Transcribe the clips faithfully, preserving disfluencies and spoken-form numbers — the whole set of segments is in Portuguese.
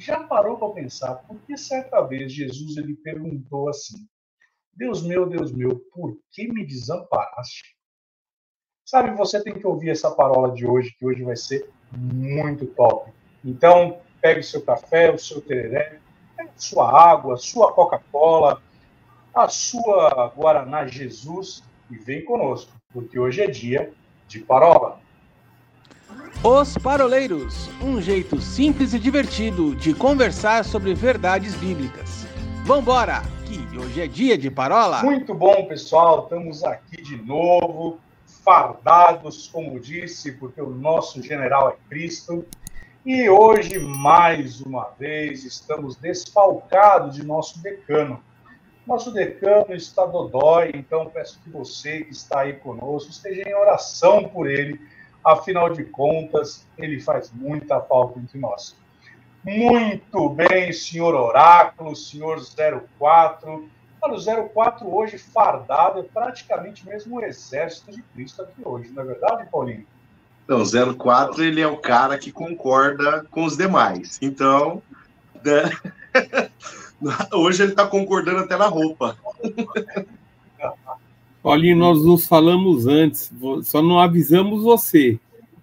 Já parou para pensar por que certa vez Jesus ele perguntou assim: Deus meu, Deus meu, por que me desamparaste? Sabe, você tem que ouvir essa parola de hoje, que hoje vai ser muito top. Então, pegue o seu café, o seu tereré, a sua água, a sua Coca-Cola, a sua Guaraná Jesus e vem conosco, porque hoje é dia de parola. Os Paroleiros, um jeito simples e divertido de conversar sobre verdades bíblicas. Vambora, que hoje é dia de parola. Muito bom, pessoal, estamos aqui de novo, fardados, como disse, porque o nosso general é Cristo. E hoje, mais uma vez, estamos desfalcados de nosso decano. Nosso decano está dodói, então peço que você que está aí conosco esteja em oração por ele. Afinal de contas, ele faz muita falta entre nós. Muito bem, senhor Oráculo, senhor zero quatro. Olha, o zero quatro hoje fardado é praticamente mesmo o exército de Cristo aqui hoje, não é verdade, Paulinho? Não, o zero quatro ele é o cara que concorda com os demais. Então, né? Hoje ele está concordando até na roupa. Paulinho, nós nos falamos antes, só não avisamos você.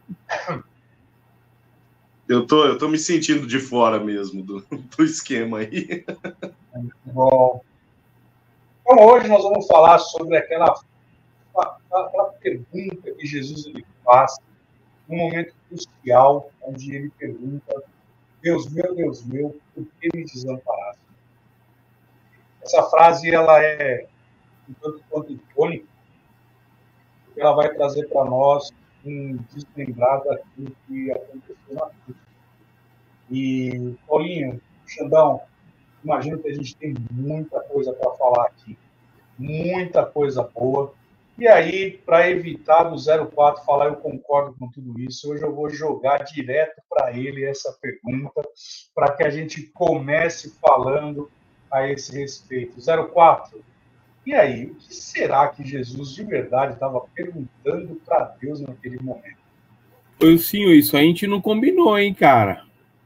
Eu tô, eu tô me sentindo de fora mesmo do, do esquema aí. Bom. Então, hoje nós vamos falar sobre aquela, aquela pergunta que Jesus ele faz num momento crucial, onde ele pergunta: Deus meu, Deus meu, por que me desamparaste? Essa frase ela é um tanto quanto icônica, porque ela vai trazer para nós um desmembrar daquilo que aconteceu na cruz. E, Paulinho, Xandão, imagino que a gente tem muita coisa para falar aqui, muita coisa boa. E aí, para evitar do zero quatro falar eu concordo com tudo isso, hoje eu vou jogar direto para ele essa pergunta, para que a gente comece falando a esse respeito. zero quatro, e aí, o que será que Jesus de verdade estava perguntando para Deus naquele momento? Ô, senhor, isso a gente não combinou, hein, cara?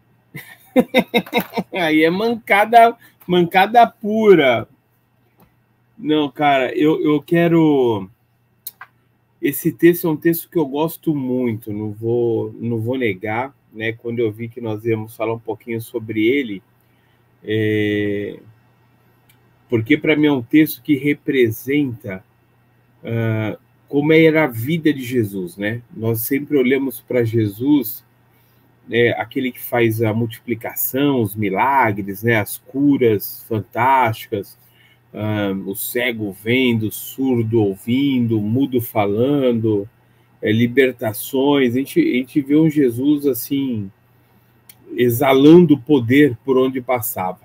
Aí é mancada, mancada pura. Não, cara, eu, eu quero... Esse texto é um texto que eu gosto muito, não vou, não vou negar, né? Quando eu vi que nós íamos falar um pouquinho sobre ele, é... porque para mim é um texto que representa uh, como era a vida de Jesus, né? Nós sempre olhamos para Jesus, né, aquele que faz a multiplicação, os milagres, né, as curas fantásticas, um, o cego vendo, surdo ouvindo, mudo falando, é, libertações. A gente, a gente vê um Jesus assim, exalando poder por onde passava.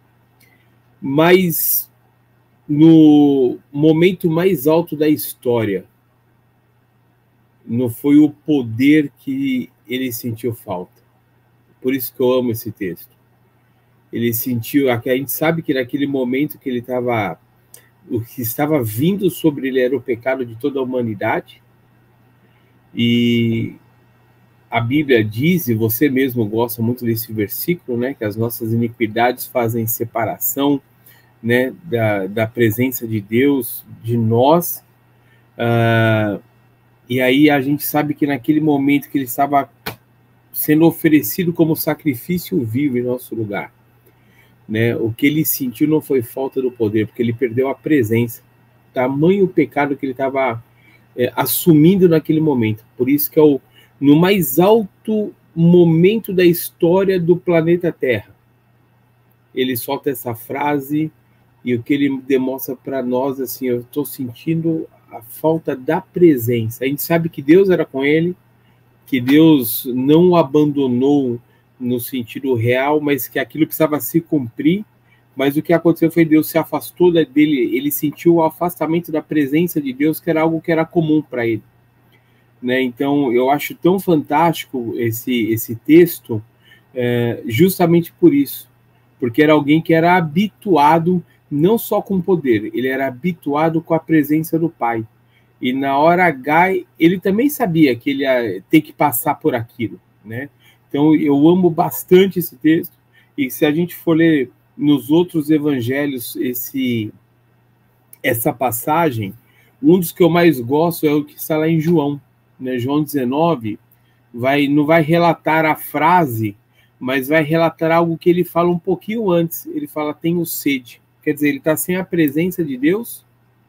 Mas no momento mais alto da história, não foi o poder que ele sentiu falta. Por isso que eu amo esse texto. Ele sentiu, a gente sabe que naquele momento que ele estava, o que estava vindo sobre ele era o pecado de toda a humanidade. E a Bíblia diz, e você mesmo gosta muito desse versículo, né, que as nossas iniquidades fazem separação, né, da, da presença de Deus, de nós. Uh, e aí a gente sabe que naquele momento que ele estava sendo oferecido como sacrifício vivo em nosso lugar, né, o que ele sentiu não foi falta do poder, porque ele perdeu a presença, tamanho o pecado que ele estava é, assumindo naquele momento. Por isso que é o, no mais alto momento da história do planeta Terra, ele solta essa frase, e o que ele demonstra para nós, assim, eu estou sentindo a falta da presença. A gente sabe que Deus era com ele, que Deus não o abandonou no sentido real, mas que aquilo precisava se cumprir. Mas o que aconteceu foi Deus se afastou dele, ele sentiu o afastamento da presença de Deus, que era algo que era comum para ele, né? Então, eu acho tão fantástico esse, esse texto, é, justamente por isso, porque era alguém que era habituado não só com poder, ele era habituado com a presença do Pai. E na hora H, ele também sabia que ele ia ter que passar por aquilo, né? Então, eu amo bastante esse texto, E se a gente for ler nos outros evangelhos esse, essa passagem, um dos que eu mais gosto é o que está lá em João, né? João dezenove, vai, não vai relatar a frase, mas vai relatar algo que ele fala um pouquinho antes. Ele fala, tenho sede. Quer dizer, ele está sem a presença de Deus,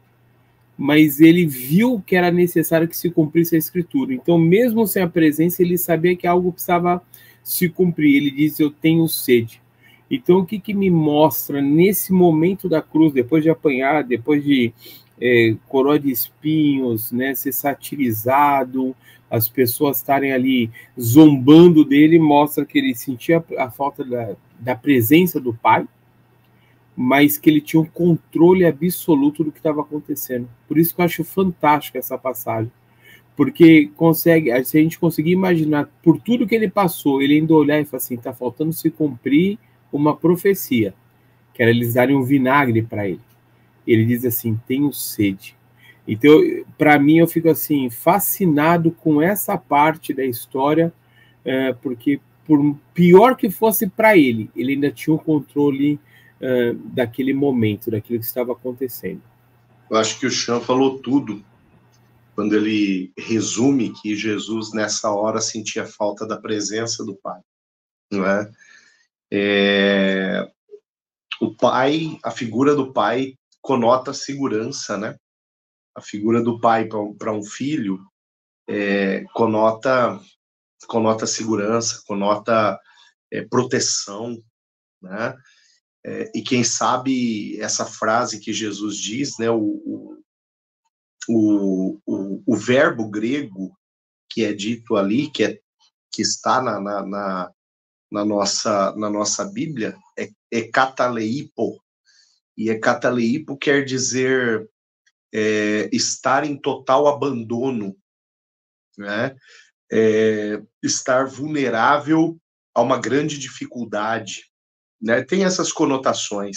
mas ele viu que era necessário que se cumprisse a Escritura. Então, mesmo sem a presença, ele sabia que algo precisava se cumprir. Ele diz, eu tenho sede. Então, o que, que me mostra nesse momento da cruz, depois de apanhar, depois de é, coroa de espinhos, né, ser satirizado, as pessoas estarem ali zombando dele, mostra que ele sentia a falta da, da presença do Pai, mas que ele tinha um controle absoluto do que estava acontecendo. Por isso que eu acho fantástica essa passagem. Porque consegue, se a gente conseguir imaginar, por tudo que ele passou, ele ainda olhar e falar assim, está faltando se cumprir uma profecia, que era eles darem um vinagre para ele. Ele diz assim, tenho sede. Então, para mim, eu fico assim, fascinado com essa parte da história, é, porque por pior que fosse para ele, ele ainda tinha o controle Uh, daquele momento, daquilo que estava acontecendo. Eu acho que o Chan falou tudo quando ele resume que Jesus nessa hora sentia falta da presença do Pai, não é? É... O Pai, a figura do Pai conota segurança, né? A figura do Pai para um filho é, conota conota segurança, conota é, proteção, né? É, e quem sabe essa frase que Jesus diz, né, o, o, o, o verbo grego que é dito ali, que, é, que está na, na, na, na, nossa, na nossa Bíblia, é, é kataleipo. E é kataleipo quer dizer é, estar em total abandono, né? É, estar vulnerável a uma grande dificuldade. Né, tem essas conotações.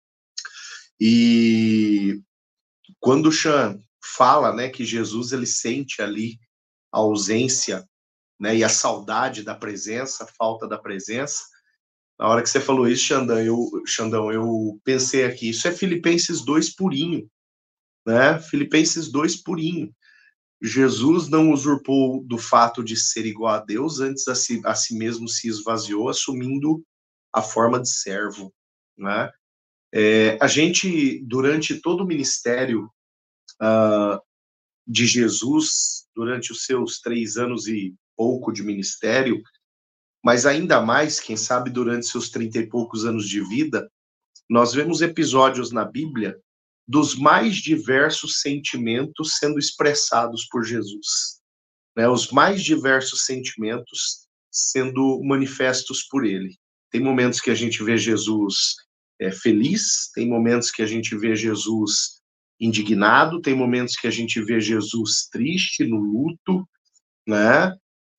E quando o Chan fala, né, que Jesus ele sente ali a ausência, né, e a saudade da presença, a falta da presença, na hora que você falou isso, Xandão, eu, Xandão, eu pensei aqui, isso é Filipenses dois purinho, né? Filipenses dois purinho. Jesus não usurpou do fato de ser igual a Deus, antes a si, a si mesmo se esvaziou, assumindo a forma de servo, né? É, a gente, durante todo o ministério uh, de Jesus, durante os seus três anos e pouco de ministério, mas ainda mais, quem sabe, durante seus trinta e poucos anos de vida, nós vemos episódios na Bíblia dos mais diversos sentimentos sendo expressados por Jesus, né? Os mais diversos sentimentos sendo manifestos por ele. Tem momentos que a gente vê Jesus é, feliz, tem momentos que a gente vê Jesus indignado, tem momentos que a gente vê Jesus triste, no luto, né?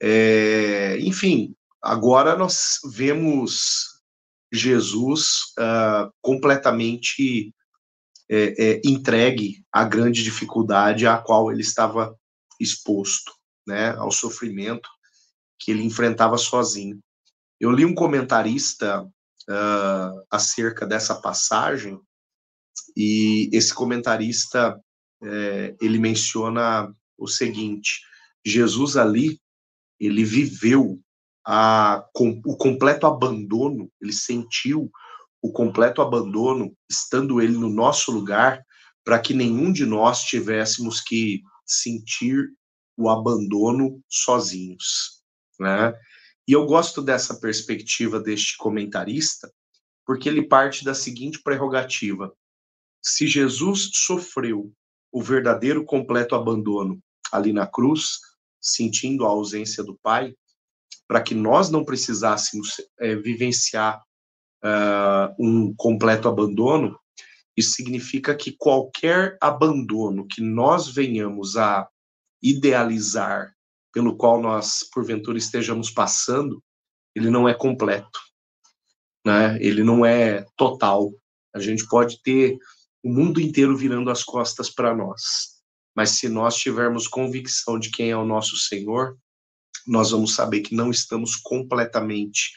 É, enfim, agora nós vemos Jesus uh, completamente é, é, entregue à grande dificuldade à qual ele estava exposto, né? Ao sofrimento que ele enfrentava sozinho. Eu li um comentarista uh, acerca dessa passagem, e esse comentarista, é, ele menciona o seguinte: Jesus ali, ele viveu a, com, o completo abandono, ele sentiu o completo abandono, estando ele no nosso lugar, para que nenhum de nós tivéssemos que sentir o abandono sozinhos, né? E eu gosto dessa perspectiva deste comentarista, porque ele parte da seguinte prerrogativa: se Jesus sofreu o verdadeiro completo abandono ali na cruz, sentindo a ausência do Pai, para que nós não precisássemos é, vivenciar uh, um completo abandono, isso significa que qualquer abandono que nós venhamos a idealizar, pelo qual nós, porventura, estejamos passando, ele não é completo, né? Ele não é total. A gente pode ter o mundo inteiro virando as costas para nós, mas se nós tivermos convicção de quem é o nosso Senhor, nós vamos saber que não estamos completamente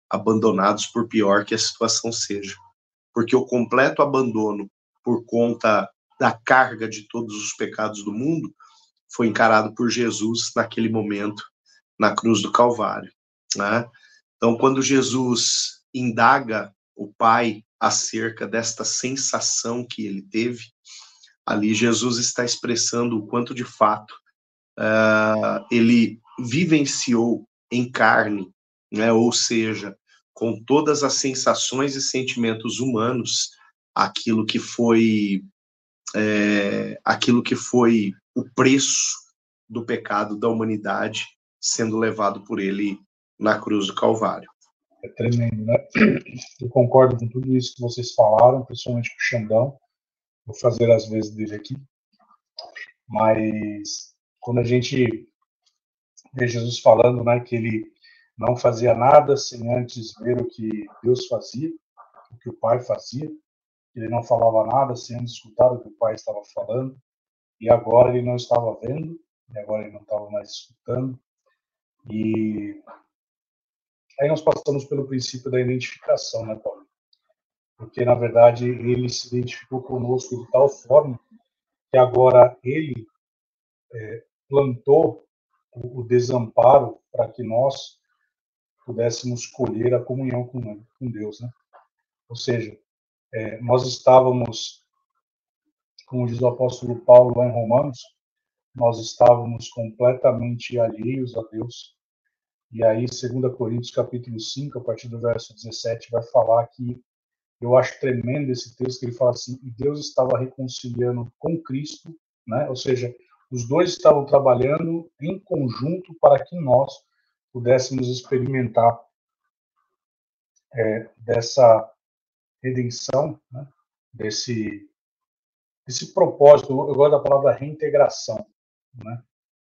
abandonados, por pior que a situação seja. Porque o completo abandono por conta da carga de todos os pecados do mundo foi encarado por Jesus naquele momento, na cruz do Calvário, né? Então, quando Jesus indaga o Pai acerca desta sensação que ele teve, ali Jesus está expressando o quanto de fato uh, ele vivenciou em carne, né? Ou seja, com todas as sensações e sentimentos humanos, aquilo que foi é, aquilo que foi o preço do pecado da humanidade sendo levado por ele na cruz do Calvário. É tremendo, né? Eu concordo com tudo isso que vocês falaram, principalmente com o Xandão. Vou fazer as vezes dele aqui. Mas quando a gente vê Jesus falando, né, que ele não fazia nada sem antes ver o que Deus fazia, o que o Pai fazia, ele não falava nada sem antes escutar o que o Pai estava falando, e agora ele não estava vendo, e agora ele não estava mais escutando. E aí nós passamos pelo princípio da identificação, né, Paulo? Porque, na verdade, ele se identificou conosco de tal forma que agora ele é, plantou o, o desamparo para que nós pudéssemos colher a comunhão com, com Deus, né? Ou seja, é, nós estávamos, como diz o apóstolo Paulo lá em Romanos, nós estávamos completamente alheios a Deus. E aí, dois Coríntios capítulo cinco, a partir do verso dezessete, vai falar que, eu acho tremendo esse texto, que ele fala assim, e Deus estava reconciliando com Cristo, né? Ou seja, os dois estavam trabalhando em conjunto para que nós pudéssemos experimentar é, dessa redenção, né? desse, desse propósito. Eu gosto da palavra reintegração, né?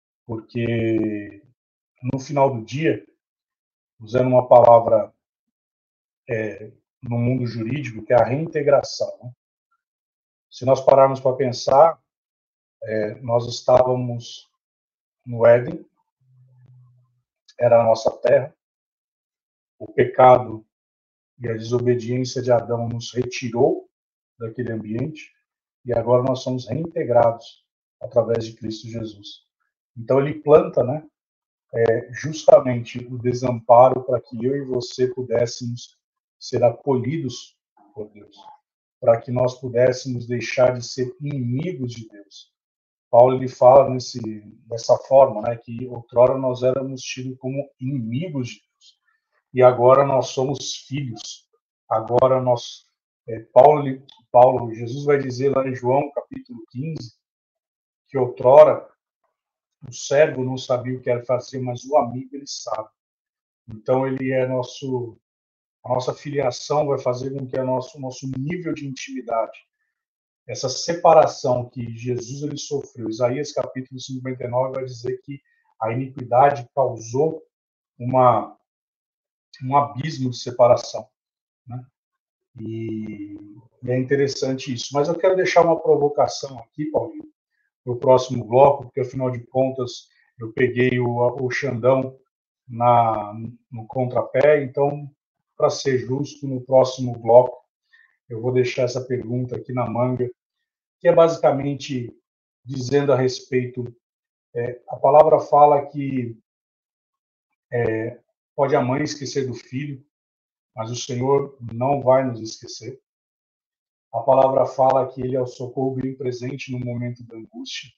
Porque no final do dia, usando uma palavra é, no mundo jurídico, que é a reintegração, né? Se nós pararmos para pensar, é, nós estávamos no Éden, era a nossa terra, o pecado e a desobediência de Adão nos retirou daquele ambiente, e agora nós somos reintegrados através de Cristo Jesus. Então ele planta, né, é, justamente o desamparo para que eu e você pudéssemos ser acolhidos por Deus, para que nós pudéssemos deixar de ser inimigos de Deus. Paulo ele fala nesse, dessa forma, né, que outrora nós éramos tidos como inimigos de Deus, e agora nós somos filhos. Agora nós, é, Paulo, ele, Paulo, Jesus vai dizer lá em João capítulo quinze, que outrora o servo não sabia o que era fazer, mas o amigo ele sabe. Então ele é nosso, a nossa filiação vai fazer com que o nosso, nosso nível de intimidade, essa separação que Jesus ele sofreu. Isaías capítulo cinquenta e nove vai dizer que a iniquidade causou uma, um abismo de separação, né? E, e é interessante isso. Mas eu quero deixar uma provocação aqui, Paulinho, para o próximo bloco, porque afinal de contas eu peguei o, o Xandão na, no contrapé, então, para ser justo, no próximo bloco eu vou deixar essa pergunta aqui na manga, que é basicamente dizendo a respeito, é, a palavra fala que é, pode a mãe esquecer do filho, mas o Senhor não vai nos esquecer. A palavra fala que ele é o socorro bem presente no momento da angústia.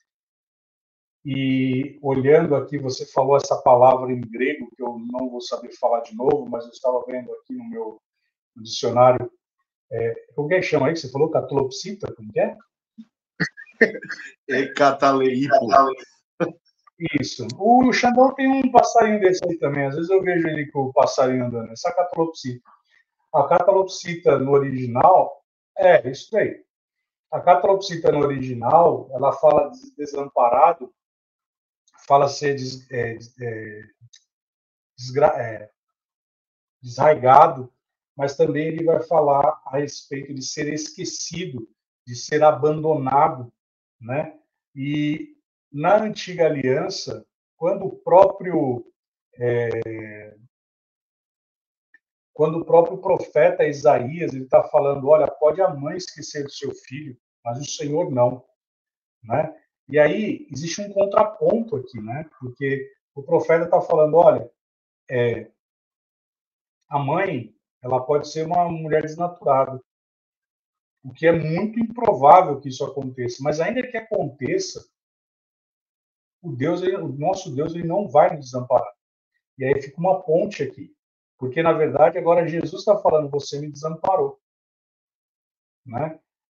E olhando aqui, você falou essa palavra em grego, que eu não vou saber falar de novo, mas eu estava vendo aqui no meu no dicionário. É, como é que chama aí que você falou? Catalopsita? Como que é? É cataleipo. Isso. O Xandão tem um passarinho desse aí também. Às vezes eu vejo ele com o passarinho andando. Essa catalopsita. A catalopsita no original é isso aí. A catalopsita no original, ela fala de desamparado, fala ser des, é, é, desgra, é, desraigado, mas também ele vai falar a respeito de ser esquecido, de ser abandonado, né? E na antiga aliança, quando o próprio é, quando o próprio profeta Isaías ele está falando, olha, pode a mãe esquecer do seu filho, mas o Senhor não, né? E aí existe um contraponto aqui, né? Porque o profeta está falando, olha, é, a mãe ela pode ser uma mulher desnaturada, o que é muito improvável que isso aconteça, mas ainda que aconteça, o Deus, ele, o nosso Deus, ele não vai nos desamparar. E aí fica uma ponte aqui, porque na verdade agora Jesus está falando, você me desamparou, né?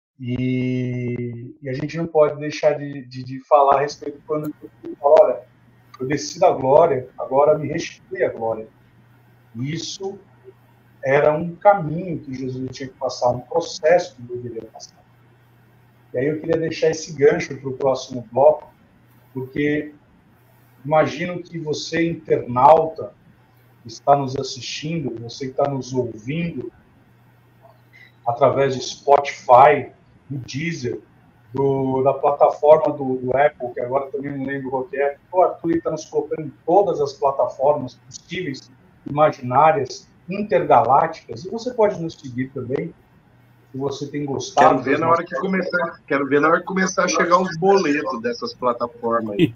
E, e a gente não pode deixar de, de, de falar a respeito quando ele fala, olha, eu desci da glória, agora me restitui a glória. Isso era um caminho que Jesus tinha que passar, um processo que ele deveria passar. E aí eu queria deixar esse gancho para o próximo bloco, porque imagino que você, internauta, que está nos assistindo, você que está nos ouvindo através de Spotify, do Deezer, do, da plataforma do, do Apple, que agora também não lembro qual que é, o Arthur está nos colocando em todas as plataformas possíveis, imaginárias, intergalácticas, e você pode nos seguir também, se você tem gostado. Quero ver na hora que começar, quero ver na hora que começar a chegar os boletos dessas plataformas aí.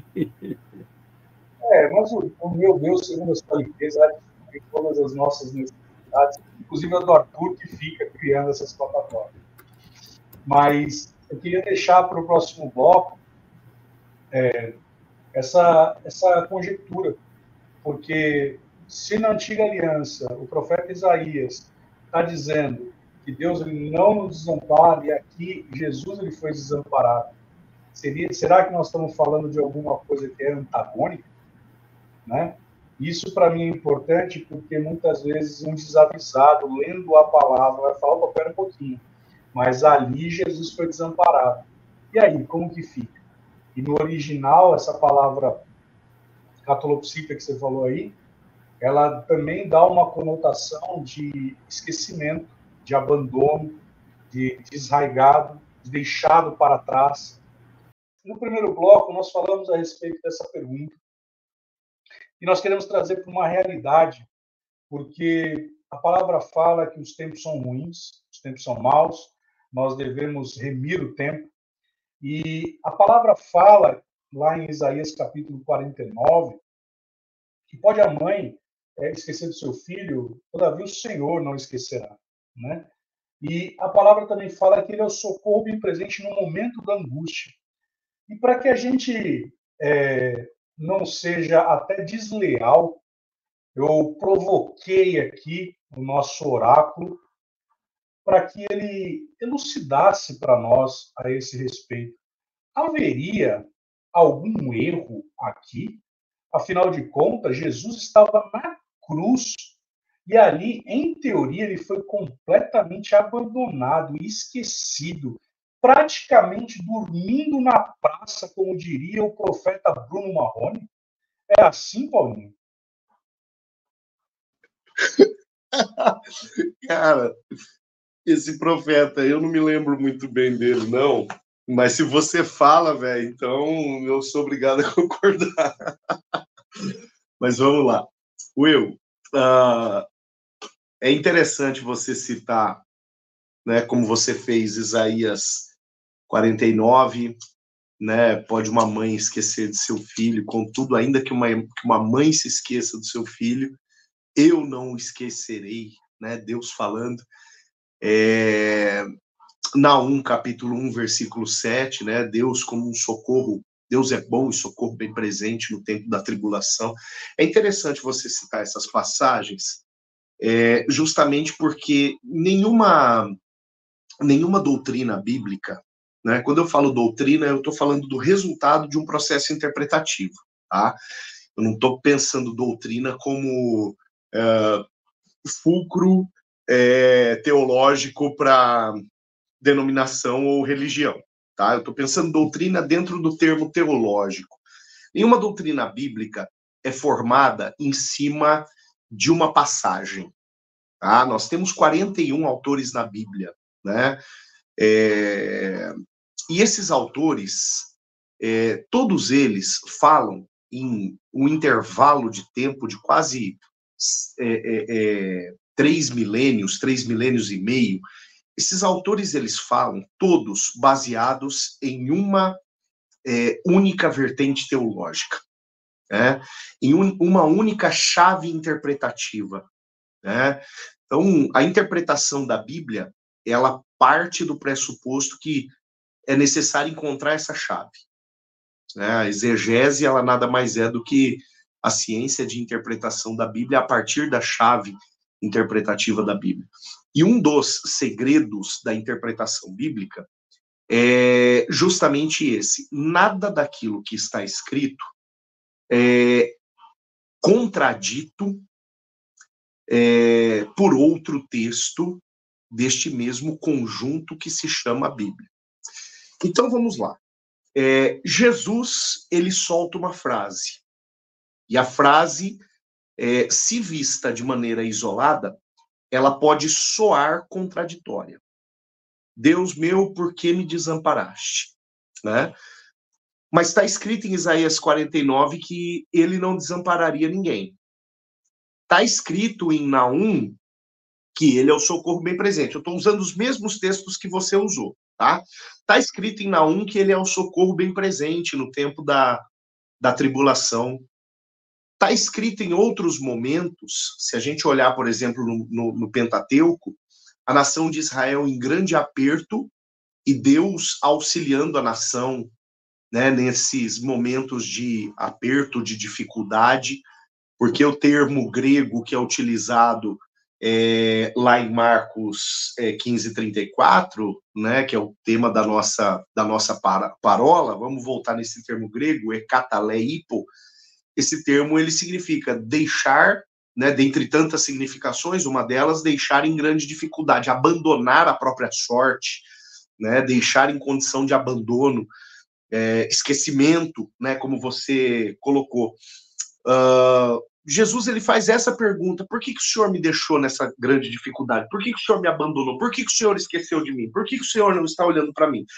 É, mas o, o meu Deus, segundo a sua riqueza, tem todas as nossas necessidades, inclusive a do Arthur, que fica criando essas plataformas. Mas eu queria deixar para o próximo bloco é, essa, essa conjectura, porque se na antiga aliança o profeta Isaías está dizendo que Deus ele não nos desampara, e aqui Jesus ele foi desamparado, seria, será que nós estamos falando de alguma coisa que é antagônica? Né? Isso para mim é importante porque muitas vezes um desavisado, lendo a palavra, vai falar, opa, pera um pouquinho, mas ali Jesus foi desamparado. E aí, como que fica? E no original, essa palavra catalopsita que você falou aí, ela também dá uma conotação de esquecimento, de abandono, de desarraigado, de deixado para trás. No primeiro bloco, nós falamos a respeito dessa pergunta, e nós queremos trazer para uma realidade, porque a palavra fala que os tempos são ruins, os tempos são maus, nós devemos remir o tempo, e a palavra fala, lá em Isaías capítulo quarenta e nove, que pode a mãe é, esquecer do seu filho, todavia o Senhor não esquecerá, né? E a palavra também fala que ele é o socorro bem presente no momento da angústia. E para que a gente é, não seja até desleal, eu provoquei aqui o nosso oráculo para que ele elucidasse para nós a esse respeito. Haveria algum erro aqui? Afinal de contas, Jesus estava na cruz e ali, em teoria, ele foi completamente abandonado e esquecido, praticamente dormindo na praça, como diria o profeta Bruno Marrone. É assim, Paulinho? Cara, esse profeta, eu não me lembro muito bem dele, não. Mas se você fala, velho, então eu sou obrigado a concordar. Mas vamos lá. Will, uh, é interessante você citar, né, como você fez Isaías quarenta e nove, né, pode uma mãe esquecer de seu filho, contudo, ainda que uma, que uma mãe se esqueça do seu filho, eu não o esquecerei, né, Deus falando. É, Naum, capítulo um, versículo sete, né, Deus como um socorro, Deus é bom e socorro bem presente no tempo da tribulação. É interessante você citar essas passagens, é, justamente porque nenhuma, nenhuma doutrina bíblica, né, quando eu falo doutrina, eu estou falando do resultado de um processo interpretativo, tá? Eu não estou pensando doutrina como é, fulcro é, teológico para denominação ou religião, tá? Eu estou pensando doutrina dentro do termo teológico. Nenhuma doutrina bíblica é formada em cima de uma passagem, tá? Nós temos quarenta e um autores na Bíblia, né? É... E esses autores, é, todos eles falam em um intervalo de tempo de quase é, é, três milênios, três milênios e meio, esses autores, eles falam, todos baseados em uma é, única vertente teológica, né? Em un, uma única chave interpretativa, né? Então, a interpretação da Bíblia, ela parte do pressuposto que é necessário encontrar essa chave, né? A exegese, ela nada mais é do que a ciência de interpretação da Bíblia a partir da chave interpretativa da Bíblia. E um dos segredos da interpretação bíblica é justamente esse: nada daquilo que está escrito é contradito é, por outro texto deste mesmo conjunto que se chama Bíblia. Então vamos lá. É, Jesus, ele solta uma frase, e a frase, é, se vista de maneira isolada, ela pode soar contraditória. Deus meu, por que me desamparaste? Né? Mas está escrito em Isaías quarenta e nove que ele não desampararia ninguém. Está escrito em Naum que ele é o socorro bem presente. Eu estou usando os mesmos textos que você usou, tá? Está escrito em Naum que ele é o socorro bem presente no tempo da, da tribulação. Está escrito em outros momentos, se a gente olhar, por exemplo, no, no, no Pentateuco, a nação de Israel em grande aperto e Deus auxiliando a nação, né, nesses momentos de aperto, de dificuldade, porque o termo grego que é utilizado é, lá em Marcos é, quinze, trinta e quatro, né, que é o tema da nossa, da nossa para, parola, vamos voltar nesse termo grego, é kataleipo. Esse termo, ele significa deixar, né, dentre tantas significações, uma delas, deixar em grande dificuldade, abandonar a própria sorte, né, deixar em condição de abandono, é, esquecimento, né, como você colocou. Uh, Jesus, ele faz essa pergunta: por que, que o Senhor me deixou nessa grande dificuldade? Por que, que o Senhor me abandonou? Por que, que o Senhor esqueceu de mim? Por que, que o Senhor não está olhando para mim?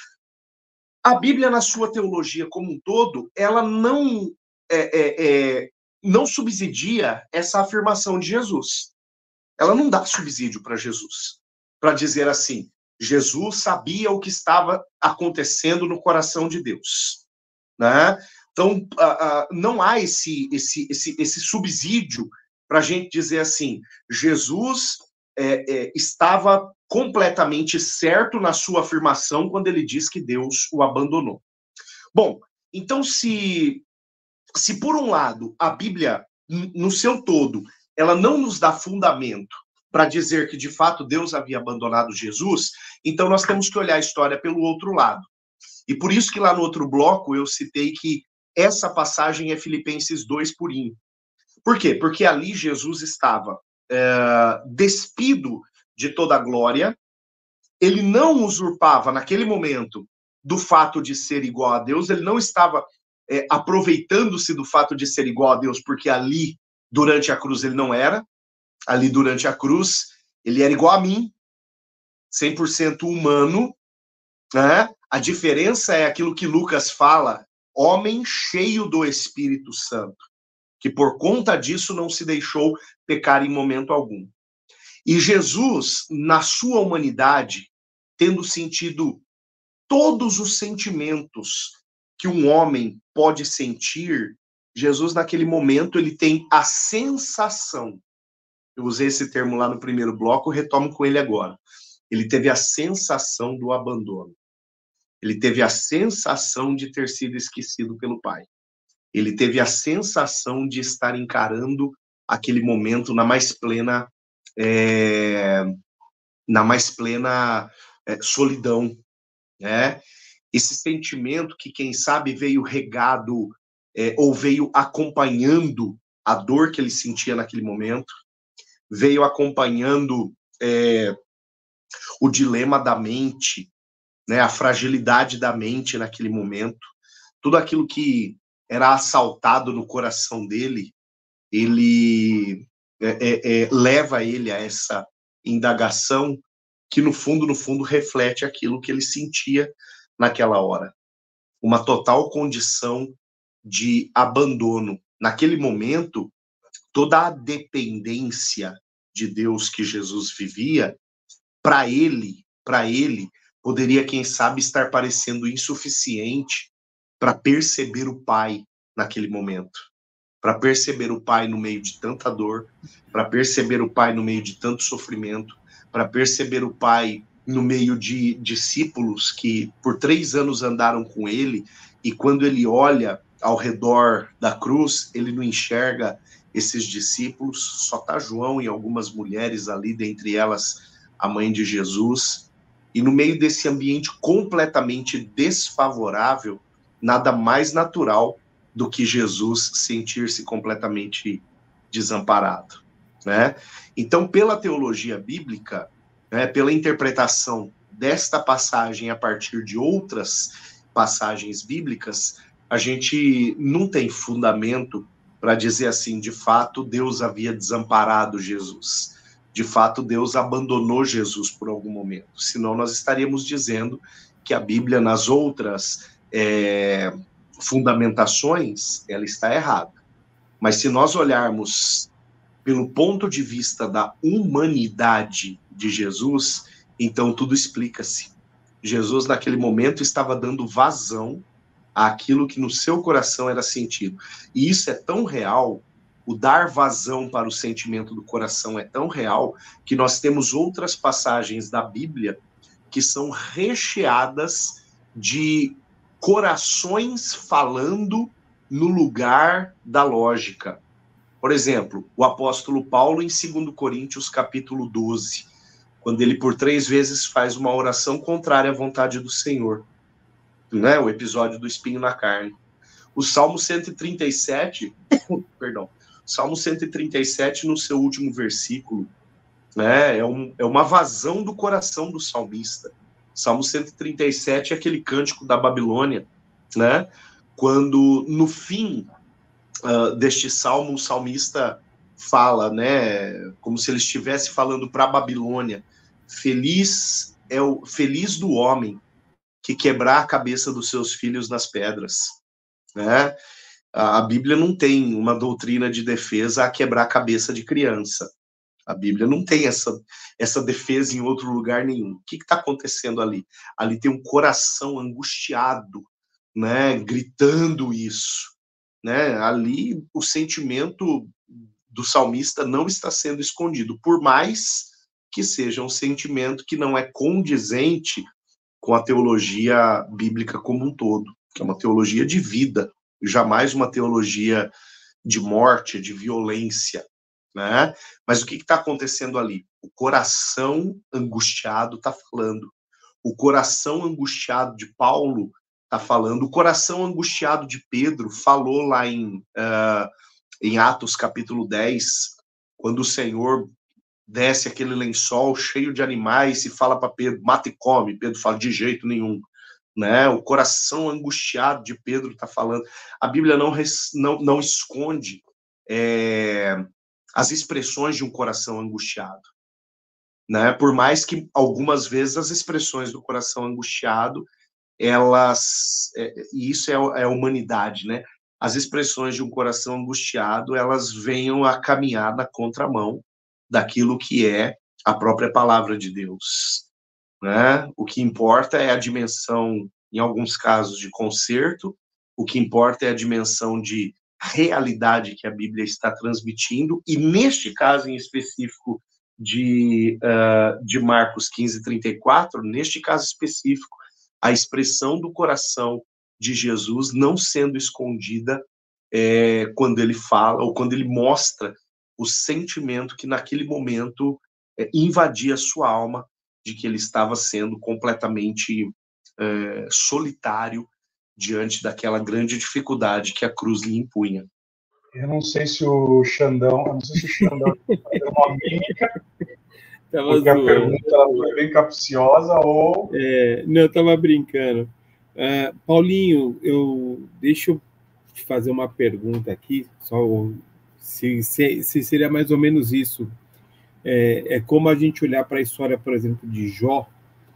A Bíblia, na sua teologia como um todo, ela não... É, é, é, não subsidia essa afirmação de Jesus. Ela não dá subsídio para Jesus, para dizer assim, Jesus sabia o que estava acontecendo no coração de Deus, né? Então, uh, uh, não há esse, esse, esse, esse subsídio para a gente dizer assim, Jesus é, é, estava completamente certo na sua afirmação quando ele diz que Deus o abandonou. Bom, então se... Se, por um lado, a Bíblia, no seu todo, ela não nos dá fundamento para dizer que, de fato, Deus havia abandonado Jesus, então nós temos que olhar a história pelo outro lado. E por isso que lá no outro bloco eu citei que essa passagem é Filipenses dois purinho. Por quê? Porque ali Jesus estava é, despido de toda a glória, ele não usurpava, naquele momento, do fato de ser igual a Deus, ele não estava... É, aproveitando-se do fato de ser igual a Deus, porque ali, durante a cruz, ele não era. Ali, durante a cruz, ele era igual a mim, cem por cento humano, né? A diferença é aquilo que Lucas fala, homem cheio do Espírito Santo, que por conta disso não se deixou pecar em momento algum. E Jesus, na sua humanidade, tendo sentido todos os sentimentos que um homem pode sentir, Jesus, naquele momento, ele tem a sensação, eu usei esse termo lá no primeiro bloco, retomo com ele agora, ele teve a sensação do abandono, ele teve a sensação de ter sido esquecido pelo Pai, ele teve a sensação de estar encarando aquele momento na mais plena, é, na mais plena é, solidão, né? Esse sentimento que, quem sabe, veio regado é, ou veio acompanhando a dor que ele sentia naquele momento, veio acompanhando é, o dilema da mente, né, a fragilidade da mente naquele momento, tudo aquilo que era assaltado no coração dele, ele é, é, é, leva ele a essa indagação que, no fundo, no fundo, reflete aquilo que ele sentia naquela hora, uma total condição de abandono. Naquele momento, toda a dependência de Deus que Jesus vivia, para ele, para ele, poderia, quem sabe, estar parecendo insuficiente para perceber o Pai naquele momento, para perceber o Pai no meio de tanta dor, para perceber o Pai no meio de tanto sofrimento, para perceber o Pai no meio de discípulos que por três anos andaram com ele, e quando ele olha ao redor da cruz, ele não enxerga esses discípulos, só está João e algumas mulheres ali, dentre elas a mãe de Jesus, e no meio desse ambiente completamente desfavorável, nada mais natural do que Jesus sentir-se completamente desamparado, né? Então, pela teologia bíblica, né, pela interpretação desta passagem a partir de outras passagens bíblicas, a gente não tem fundamento para dizer assim, de fato, Deus havia desamparado Jesus. De fato, Deus abandonou Jesus por algum momento. Senão, nós estaríamos dizendo que a Bíblia, nas outras é, fundamentações, ela está errada. Mas se nós olharmos pelo ponto de vista da humanidade de Jesus, então tudo explica-se. Jesus, naquele momento, estava dando vazão àquilo que no seu coração era sentido. E isso é tão real, o dar vazão para o sentimento do coração é tão real, que nós temos outras passagens da Bíblia que são recheadas de corações falando no lugar da lógica. Por exemplo, o apóstolo Paulo, em dois Coríntios, capítulo doze, quando ele por três vezes faz uma oração contrária à vontade do Senhor, né? O episódio do espinho na carne. O Salmo cento e trinta e sete, perdão, Salmo cento e trinta e sete, no seu último versículo, né? É, um, é uma vazão do coração do salmista. Salmo cento e trinta e sete é aquele cântico da Babilônia, né? Quando, no fim uh, deste salmo, o salmista fala, né, como se ele estivesse falando para a Babilônia, feliz é o feliz do homem que quebrar a cabeça dos seus filhos nas pedras, né? A Bíblia não tem uma doutrina de defesa a quebrar a cabeça de criança. A Bíblia não tem essa, essa defesa em outro lugar nenhum. O que está acontecendo ali? Ali tem um coração angustiado, né, gritando isso, né? Ali o sentimento do salmista não está sendo escondido, por mais que seja um sentimento que não é condizente com a teologia bíblica como um todo, que é uma teologia de vida, jamais uma teologia de morte, de violência, né? Mas o que está acontecendo ali? O coração angustiado está falando. O coração angustiado de Paulo está falando. O coração angustiado de Pedro falou lá em, uh, em Atos capítulo dez, quando o Senhor desce aquele lençol cheio de animais e fala para Pedro, mata e come. Pedro fala, de jeito nenhum. Né? O coração angustiado de Pedro está falando. A Bíblia não, não, não esconde é, as expressões de um coração angustiado, né? Por mais que algumas vezes as expressões do coração angustiado, elas, é, e isso é, é a humanidade, né? As expressões de um coração angustiado, elas venham a caminhar na contramão daquilo que é a própria palavra de Deus, né? O que importa é a dimensão, em alguns casos, de conserto, o que importa é a dimensão de realidade que a Bíblia está transmitindo, e neste caso em específico de, uh, de Marcos quinze, trinta e quatro, neste caso específico, a expressão do coração de Jesus não sendo escondida é, quando ele fala, ou quando ele mostra o sentimento que naquele momento é, invadia a sua alma, de que ele estava sendo completamente é, solitário diante daquela grande dificuldade que a cruz lhe impunha. Eu não sei se o Xandão, eu não sei se o Xandão fez uma mímica, tava porque zoando. A pergunta ela foi bem capciosa, ou... É, não, eu estava brincando. Uh, Paulinho, eu, deixa eu te fazer uma pergunta aqui, só se, se, se seria mais ou menos isso. É, é como a gente olhar para a história, por exemplo, de Jó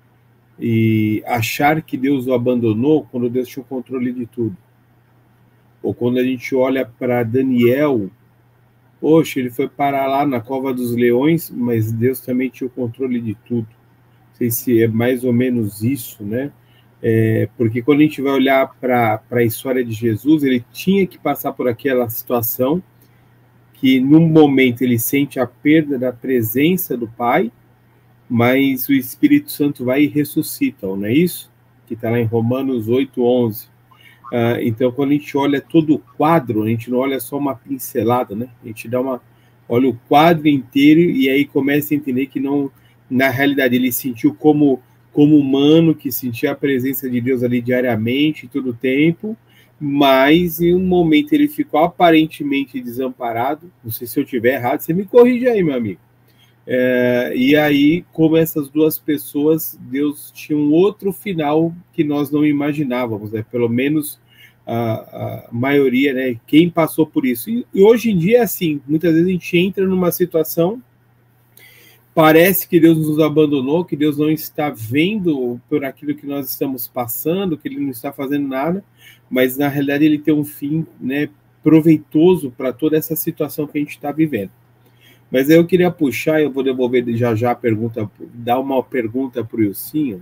e achar que Deus o abandonou quando Deus tinha o controle de tudo. Ou quando a gente olha para Daniel Poxa, ele foi parar lá na cova dos leões, mas Deus também tinha o controle de tudo. Não sei se é mais ou menos isso, né? É, porque quando a gente vai olhar para a história de Jesus, ele tinha que passar por aquela situação que, num momento, ele sente a perda da presença do Pai, mas o Espírito Santo vai e ressuscita, não é isso? Que está lá em Romanos oito, onze. Uh, então, quando a gente olha todo o quadro, a gente não olha só uma pincelada, né? A gente dá uma, olha o quadro inteiro e aí começa a entender que não, na realidade, ele sentiu como, como humano, que sentia a presença de Deus ali diariamente, todo o tempo, mas em um momento ele ficou aparentemente desamparado. Não sei se eu estiver errado, você me corrige aí, meu amigo. É, e aí, como essas duas pessoas, Deus tinha um outro final que nós não imaginávamos, né? Pelo menos a, a maioria, né? Quem passou por isso. E, e hoje em dia é assim, muitas vezes a gente entra numa situação, parece que Deus nos abandonou, que Deus não está vendo por aquilo que nós estamos passando, que Ele não está fazendo nada, mas na realidade Ele tem um fim, né, proveitoso para toda essa situação que a gente está vivendo. Mas aí eu queria puxar, eu vou devolver já já a pergunta, dar uma pergunta para o Ilcinho.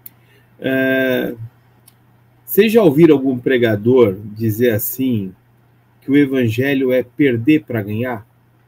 É, vocês já ouviram algum pregador dizer assim, que o evangelho é perder para ganhar?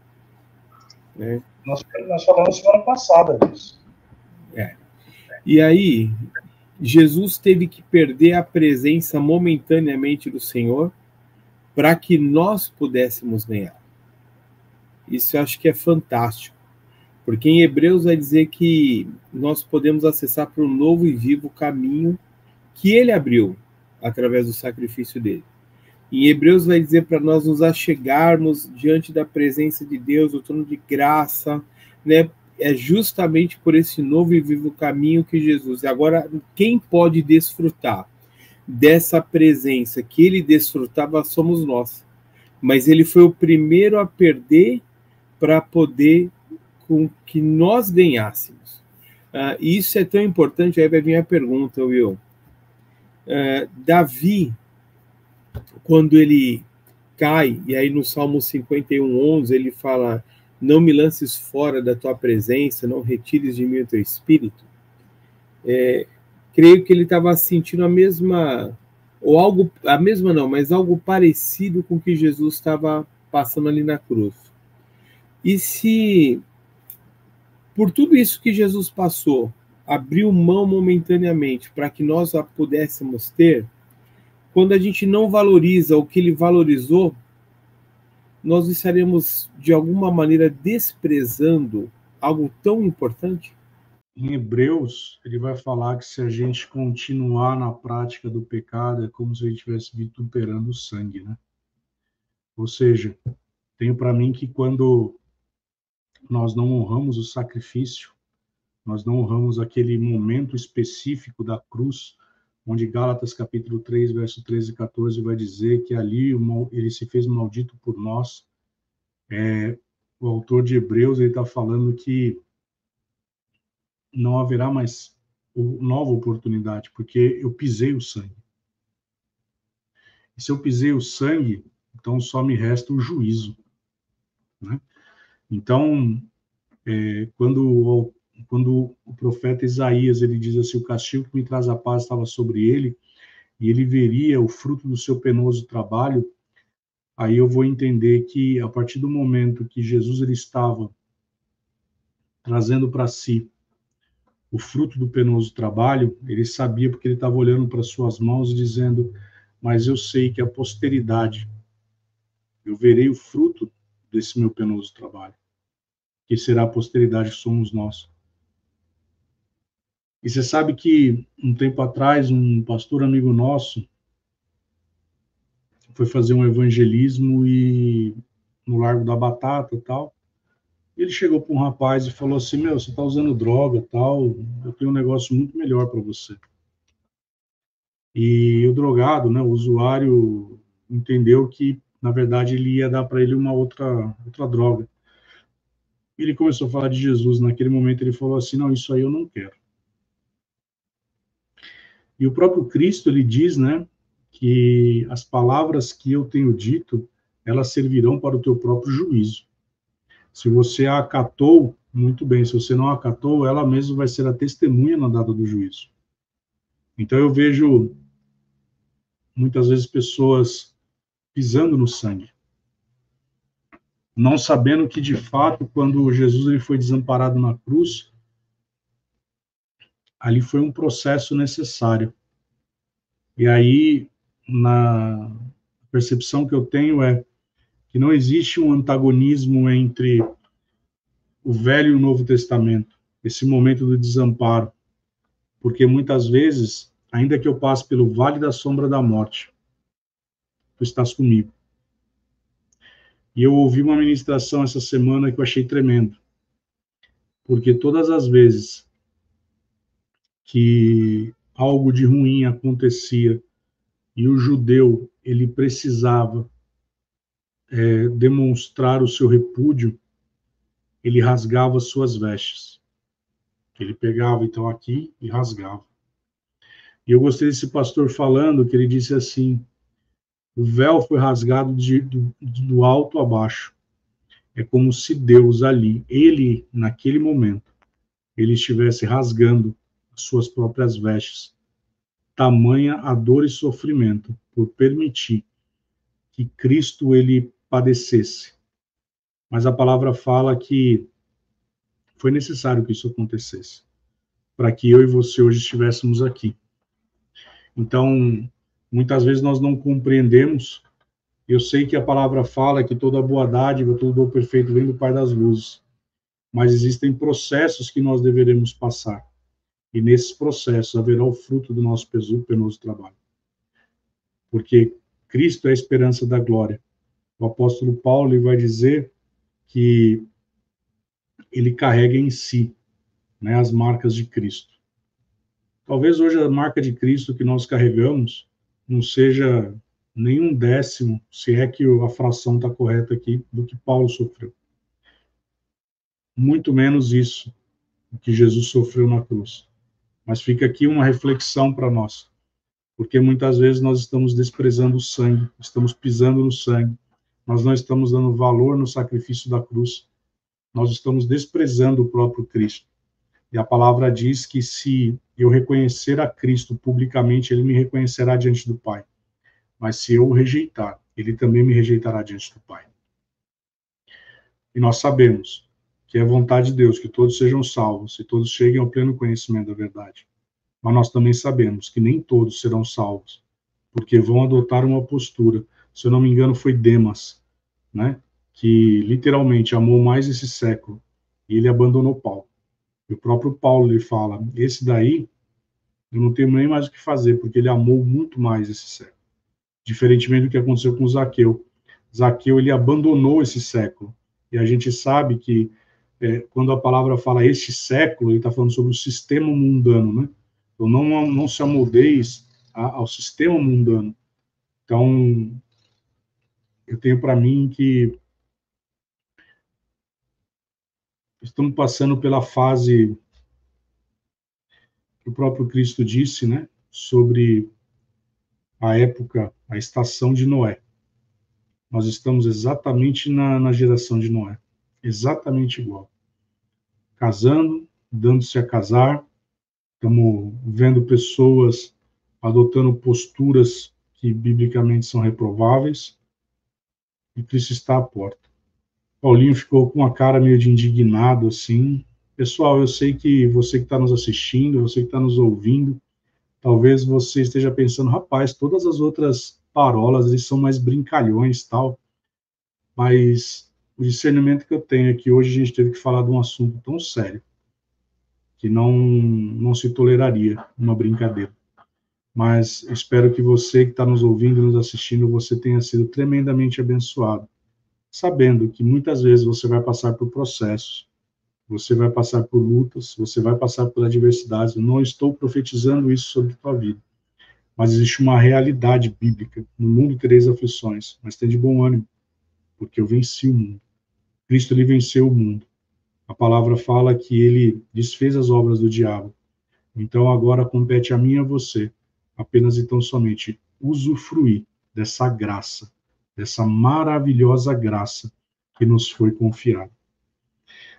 Né? Nós, nós falamos semana passada disso. É. E aí, Jesus teve que perder a presença momentaneamente do Senhor para que nós pudéssemos ganhar. Isso eu acho que é fantástico, porque em Hebreus vai dizer que nós podemos acessar para um novo e vivo caminho que ele abriu através do sacrifício dele. Em Hebreus vai dizer para nós nos achegarmos diante da presença de Deus, o trono de graça, né? É justamente por esse novo e vivo caminho que Jesus... Agora, quem pode desfrutar dessa presença que ele desfrutava somos nós. Mas ele foi o primeiro a perder para poder com que nós ganhássemos. Uh, e isso é tão importante, aí vai vir a pergunta, Will. Uh, Davi, quando ele cai, e aí no Salmo cinquenta e um, onze, ele fala, não me lances fora da tua presença, não retires de mim o teu espírito. É, creio que ele estava sentindo a mesma, ou algo, a mesma não, mas algo parecido com o que Jesus estava passando ali na cruz. E se, por tudo isso que Jesus passou, abriu mão momentaneamente para que nós a pudéssemos ter, quando a gente não valoriza o que ele valorizou, nós estaremos, de alguma maneira, desprezando algo tão importante? Em Hebreus, ele vai falar que se a gente continuar na prática do pecado, é como se a gente estivesse vituperando o sangue, né? Ou seja, tenho para mim que quando nós não honramos o sacrifício, nós não honramos aquele momento específico da cruz, onde Gálatas capítulo três, verso treze e quatorze vai dizer que ali ele se fez maldito por nós. É, o autor de Hebreus ele está falando que não haverá mais nova oportunidade, porque eu pisei o sangue. E se eu pisei o sangue, então só me resta o juízo, né? Então, é, quando, quando o profeta Isaías ele diz assim, o castigo que me traz a paz estava sobre ele, e ele veria o fruto do seu penoso trabalho, aí eu vou entender que, a partir do momento que Jesus ele estava trazendo para si o fruto do penoso trabalho, ele sabia porque ele estava olhando para suas mãos e dizendo, mas eu sei que a posteridade, eu verei o fruto desse meu penoso trabalho, que será a posteridade que somos nós. E você sabe que, um tempo atrás, um pastor amigo nosso foi fazer um evangelismo e no Largo da Batata e tal. Ele chegou para um rapaz e falou assim, meu, você está usando droga tal, eu tenho um negócio muito melhor para você. E o drogado, né, o usuário, entendeu que, na verdade, ele ia dar para ele uma outra, outra droga. Ele começou a falar de Jesus. Naquele momento ele falou assim, não, isso aí eu não quero. E o próprio Cristo, ele diz, né, que as palavras que eu tenho dito, elas servirão para o teu próprio juízo. Se você a acatou, muito bem. Se você não a acatou, ela mesma vai ser a testemunha na data do juízo. Então eu vejo muitas vezes pessoas pisando no sangue, não sabendo que de fato, quando Jesus ele foi desamparado na cruz, ali foi um processo necessário. E aí, na percepção que eu tenho é que não existe um antagonismo entre o Velho e o Novo Testamento, esse momento do desamparo, porque muitas vezes, ainda que eu passe pelo vale da sombra da morte, tu estás comigo. E eu ouvi uma ministração essa semana que eu achei tremendo, porque todas as vezes que algo de ruim acontecia e o judeu ele precisava é, demonstrar o seu repúdio, ele rasgava suas vestes. Ele pegava então aqui e rasgava. E eu gostei desse pastor falando que ele disse assim: o véu foi rasgado de, do, do alto a baixo. É como se Deus ali, ele naquele momento, ele estivesse rasgando as suas próprias vestes. Tamanha a dor e sofrimento por permitir que Cristo ele padecesse. Mas a palavra fala que foi necessário que isso acontecesse, para que eu e você hoje estivéssemos aqui. Então, muitas vezes nós não compreendemos. Eu sei que a palavra fala que toda boa dádiva, todo dom perfeito vem do Pai das luzes, mas existem processos que nós deveremos passar. E nesses processos haverá o fruto do nosso penoso trabalho. Porque Cristo é a esperança da glória. O apóstolo Paulo ele vai dizer que ele carrega em si, né, as marcas de Cristo. Talvez hoje a marca de Cristo que nós carregamos não seja nem um décimo, se é que a fração está correta aqui, do que Paulo sofreu. Muito menos isso que Jesus sofreu na cruz. Mas fica aqui uma reflexão para nós, porque muitas vezes nós estamos desprezando o sangue, estamos pisando no sangue, nós não estamos dando valor no sacrifício da cruz, nós estamos desprezando o próprio Cristo. E a palavra diz que se eu reconhecer a Cristo publicamente, ele me reconhecerá diante do Pai. Mas se eu o rejeitar, ele também me rejeitará diante do Pai. E nós sabemos que é vontade de Deus que todos sejam salvos e todos cheguem ao pleno conhecimento da verdade. Mas nós também sabemos que nem todos serão salvos, porque vão adotar uma postura. Se eu não me engano, foi Demas, né, que literalmente amou mais esse século e ele abandonou Paulo. E o próprio Paulo lhe fala: esse daí eu não tenho nem mais o que fazer, porque ele amou muito mais esse século. Diferentemente do que aconteceu com Zaqueu. Zaqueu, ele abandonou esse século. E a gente sabe que, é, quando a palavra fala este século, ele está falando sobre o sistema mundano, né? Então, não, não se amoldeis ao sistema mundano. Então, eu tenho para mim que estamos passando pela fase que o próprio Cristo disse, né? Sobre a época, a estação de Noé. Nós estamos exatamente na, na geração de Noé. Exatamente igual. Casando, dando-se a casar, estamos vendo pessoas adotando posturas que biblicamente são reprováveis, e Cristo está à porta. Paulinho ficou com uma cara meio de indignado, assim. Pessoal, eu sei que você que está nos assistindo, você que está nos ouvindo, talvez você esteja pensando: rapaz, todas as outras parolas, eles são mais brincalhões e tal, mas o discernimento que eu tenho é que hoje a gente teve que falar de um assunto tão sério, que não, não se toleraria uma brincadeira. Mas espero que você que está nos ouvindo, nos assistindo, você tenha sido tremendamente abençoado, sabendo que muitas vezes você vai passar por processos, você vai passar por lutas, você vai passar por adversidades. Eu não estou profetizando isso sobre a tua vida, mas existe uma realidade bíblica. No mundo tereis aflições, mas tem de bom ânimo, porque eu venci o mundo. Cristo, ele venceu o mundo. A palavra fala que ele desfez as obras do diabo. Então agora compete a mim e a você apenas e tão somente usufruir dessa graça, dessa maravilhosa graça que nos foi confiada.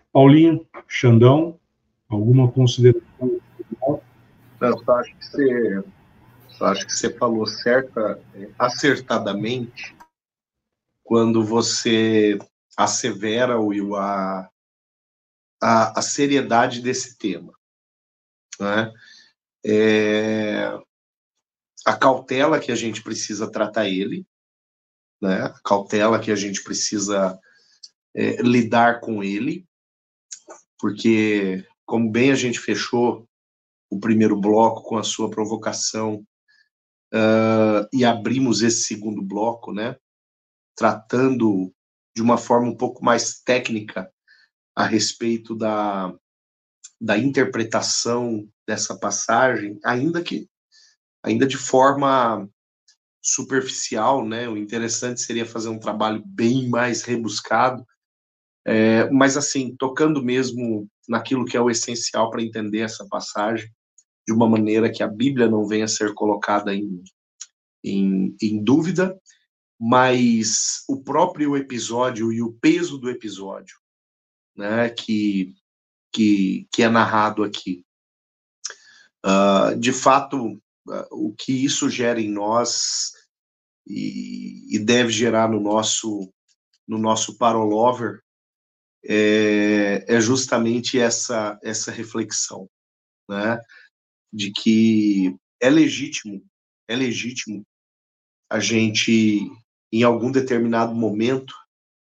Paulinho, Xandão, alguma consideração? Não, só acho que você, só acho que você falou certa, acertadamente quando você assevera, Will, a, a, a seriedade desse tema, né? É, a cautela que a gente precisa tratar ele, né? A cautela que a gente precisa é, lidar com ele, porque, como bem a gente fechou o primeiro bloco com a sua provocação, uh, e abrimos esse segundo bloco, né, tratando de uma forma um pouco mais técnica a respeito da, da interpretação dessa passagem, ainda que ainda de forma superficial, né? O interessante seria fazer um trabalho bem mais rebuscado, é, mas assim, tocando mesmo naquilo que é o essencial para entender essa passagem, de uma maneira que a Bíblia não venha a ser colocada em, em, em dúvida, mas o próprio episódio e o peso do episódio, né, que, que, que é narrado aqui. Uh, de fato, uh, o que isso gera em nós e, e deve gerar no nosso, no nosso Parolover é, é justamente essa, essa reflexão, né, de que é legítimo, é legítimo a gente, em algum determinado momento,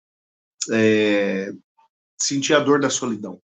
é, sentir a dor da solidão.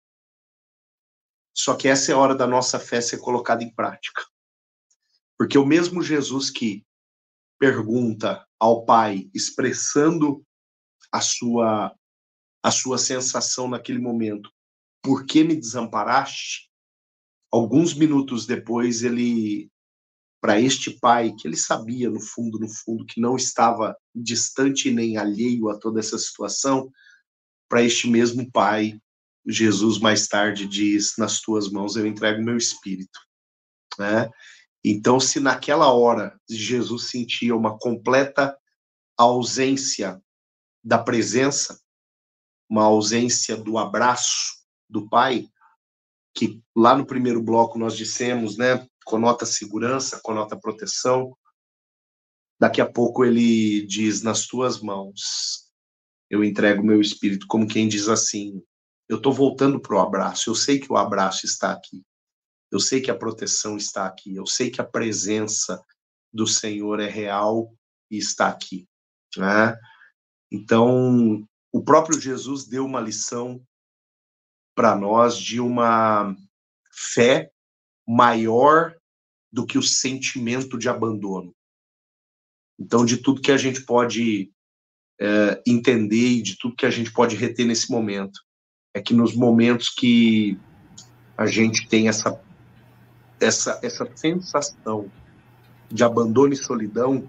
Só que essa é a hora da nossa fé ser colocada em prática. Porque o mesmo Jesus que pergunta ao Pai, expressando a sua, a sua sensação naquele momento, por que me desamparaste? Alguns minutos depois, ele, para este Pai, que ele sabia no fundo, no fundo, que não estava distante nem alheio a toda essa situação, para este mesmo Pai, Jesus mais tarde diz, nas tuas mãos eu entrego meu espírito, né? Então, se naquela hora Jesus sentia uma completa ausência da presença, uma ausência do abraço do Pai, que lá no primeiro bloco nós dissemos, né, conota segurança, conota proteção, daqui a pouco ele diz, nas tuas mãos eu entrego meu espírito, como quem diz assim, eu estou voltando para o abraço, eu sei que o abraço está aqui, eu sei que a proteção está aqui, eu sei que a presença do Senhor é real e está aqui, né? Então, o próprio Jesus deu uma lição para nós de uma fé maior do que o sentimento de abandono. Então, de tudo que a gente pode é, entender e de tudo que a gente pode reter nesse momento, é que nos momentos que a gente tem essa, essa, essa sensação de abandono e solidão,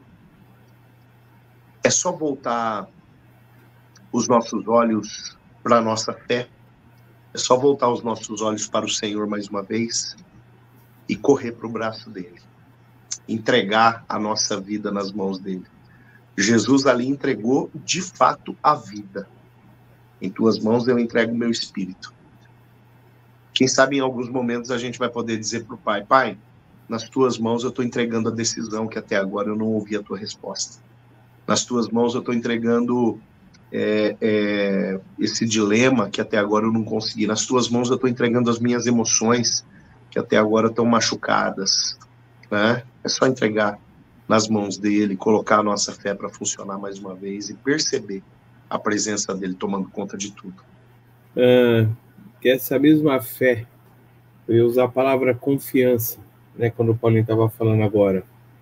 é só voltar os nossos olhos para a nossa fé, é só voltar os nossos olhos para o Senhor mais uma vez e correr para o braço dele, entregar a nossa vida nas mãos dele. Jesus ali entregou de fato a vida. Em tuas mãos eu entrego o meu espírito. Quem sabe em alguns momentos a gente vai poder dizer para o Pai, Pai, nas tuas mãos eu estou entregando a decisão que até agora eu não ouvi a tua resposta. Nas tuas mãos eu estou entregando é, é, esse dilema que até agora eu não consegui. Nas tuas mãos eu estou entregando as minhas emoções que até agora estão machucadas, né? É só entregar nas mãos dele, colocar a nossa fé para funcionar mais uma vez e perceber a presença dele tomando conta de tudo. Ah, que essa mesma fé, eu ia usar a palavra confiança, né, quando o Paulinho estava falando agora,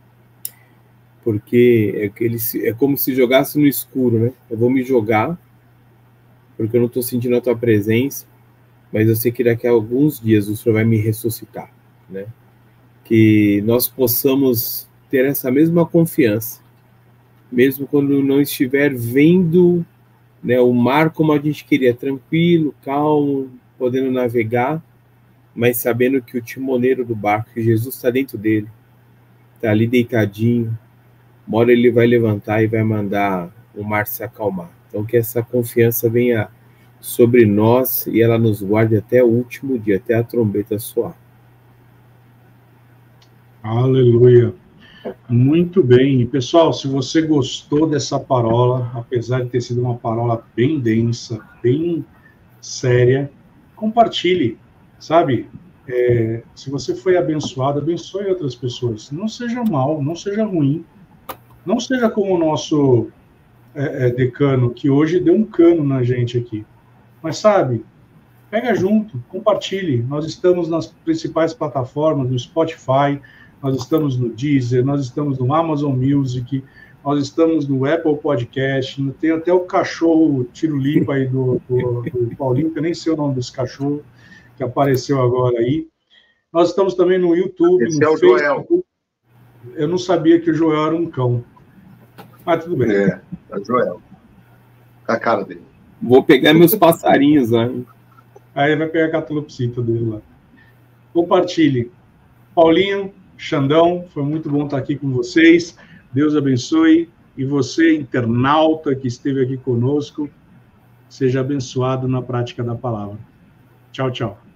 porque é, que ele, é como se jogasse no escuro, né? Eu vou me jogar, porque eu não estou sentindo a tua presença, mas eu sei que daqui a alguns dias o Senhor vai me ressuscitar, né? Que nós possamos ter essa mesma confiança, mesmo quando não estiver vendo, né, o mar como a gente queria, tranquilo, calmo, podendo navegar, mas sabendo que o timoneiro do barco, que Jesus está dentro dele, está ali deitadinho, uma hora ele vai levantar e vai mandar o mar se acalmar. Então que essa confiança venha sobre nós e ela nos guarde até o último dia, até a trombeta soar. Aleluia. Muito bem. E, pessoal, se você gostou dessa parola, apesar de ter sido uma parola bem densa, bem séria, compartilhe, sabe? É, se você foi abençoado, abençoe outras pessoas. Não seja mal, não seja ruim. Não seja como o nosso é, é, decano, que hoje deu um cano na gente aqui. Mas, sabe, pega junto, compartilhe. Nós estamos nas principais plataformas, no Spotify, nós estamos no Deezer, nós estamos no Amazon Music, nós estamos no Apple Podcast, tem até o cachorro tiro-limpa aí do, do, do Paulinho, que eu nem sei o nome desse cachorro, que apareceu agora aí. Nós estamos também no YouTube, Esse no é o Facebook. Joel. Eu não sabia que o Joel era um cão. Mas tudo bem. É, é o Joel. A cara dele. Vou pegar meus passarinhos lá. Hein? Aí vai pegar a catalepsita dele lá. Compartilhe. Paulinho, Xandão, foi muito bom estar aqui com vocês. Deus abençoe. E você, internauta que esteve aqui conosco, seja abençoado na prática da palavra. Tchau, tchau.